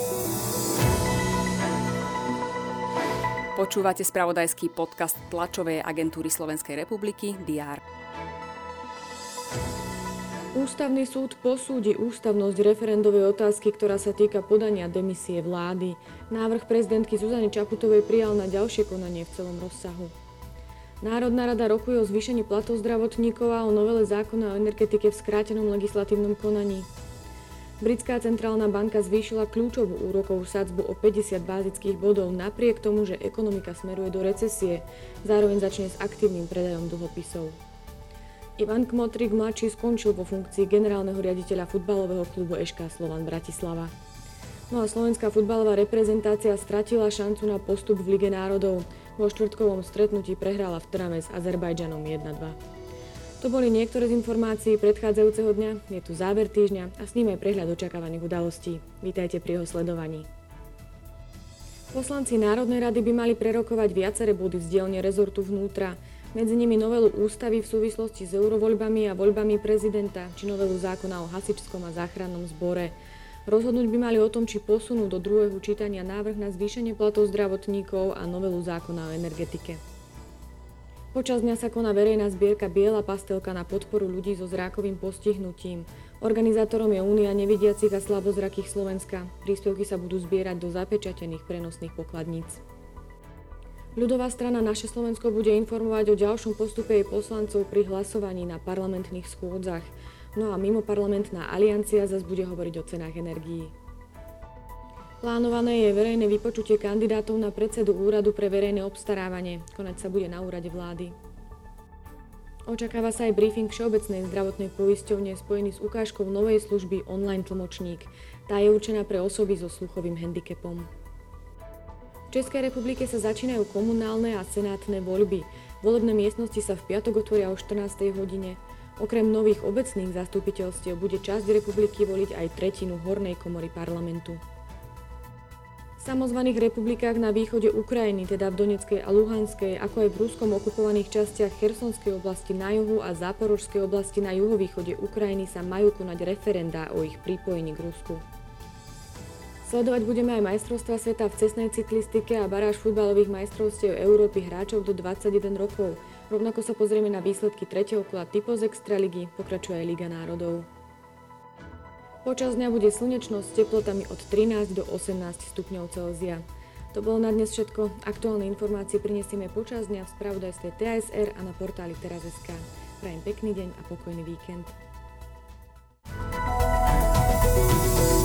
Počúvate spravodajský podcast tlačovej agentúry Slovenskej republiky DR. Ústavný súd posúdi ústavnosť referendovej otázky, ktorá sa týka podania demisie vlády. Návrh prezidentky Zuzany Čaputovej prijal na ďalšie konanie v celom rozsahu. Národná rada rokuje o zvýšení platov zdravotníkov a o novele zákona o energetike v skrátenom legislatívnom konaní. Britská centrálna banka zvýšila kľúčovú úrokovú sadzbu o 50 bázických bodov napriek tomu, že ekonomika smeruje do recesie. Zároveň začne s aktívnym predajom dlhopisov. Ivan Kmotrík mladší skončil vo funkcii generálneho riaditeľa futbalového klubu SK Slovan Bratislava. No a slovenská futbalová reprezentácia stratila šancu na postup v Lige národov. Vo štvrtkovom stretnutí prehrala v Trnave s Azerbajdžanom 1-2. To boli niektoré z informácií predchádzajúceho dňa, je tu záver týždňa a s ním aj prehľad očakávaných udalostí. Vítajte pri jeho sledovaní. Poslanci Národnej rady by mali prerokovať viaceré body z dielne rezortu vnútra, medzi nimi novelu ústavy v súvislosti s eurovoľbami a voľbami prezidenta, či novelu zákona o hasičskom a záchrannom zbore. Rozhodnúť by mali o tom, či posunú do druhého čítania návrh na zvýšenie platov zdravotníkov a novelu zákona o energetike. Počas dňa sa koná verejná zbierka Biela pastelka na podporu ľudí so zrákovým postihnutím. Organizátorom je Únia nevidiacich a slabozrakých Slovenska. Príspevky sa budú zbierať do zapečatených prenosných pokladníc. Ľudová strana Naše Slovensko bude informovať o ďalšom postupe jej poslancov pri hlasovaní na parlamentných schôdzach. No a mimoparlamentná aliancia zas bude hovoriť o cenách energií. Plánované je verejné vypočutie kandidátov na predsedu úradu pre verejné obstarávanie. Konať sa bude na úrade vlády. Očakáva sa aj briefing Všeobecnej zdravotnej poisťovne spojený s ukážkou novej služby online tlmočník. Tá je určená pre osoby so sluchovým handicapom. V Českej republike sa začínajú komunálne a senátne voľby. Volebné miestnosti sa v piatok otvoria o 14. hodine. Okrem nových obecných zastupiteľstiev bude časť republiky voliť aj tretinu hornej komory parlamentu. V samozvaných republikách na východe Ukrajiny, teda v Donetskej a Luhanskej, ako aj v Ruskom okupovaných častiach Chersonskej oblasti na juhu a Záporožskej oblasti na juhovýchode Ukrajiny sa majú konať referendá o ich pripojení k Rusku. Sledovať budeme aj majstrovstvá sveta v cestnej cyklistike a baráž futbalových majstrovstiev Európy hráčov do 21 rokov. Rovnako sa pozrieme na výsledky 3. kola Typos Extraligy, pokračuje aj Liga národov. Počas dňa bude slnečno s teplotami od 13 do 18 stupňov Celzia. To bolo na dnes všetko. Aktuálne informácie prinesieme počas dňa v spravodajstve TASR a na portáli teraz.sk. Prajem pekný deň a pokojný víkend.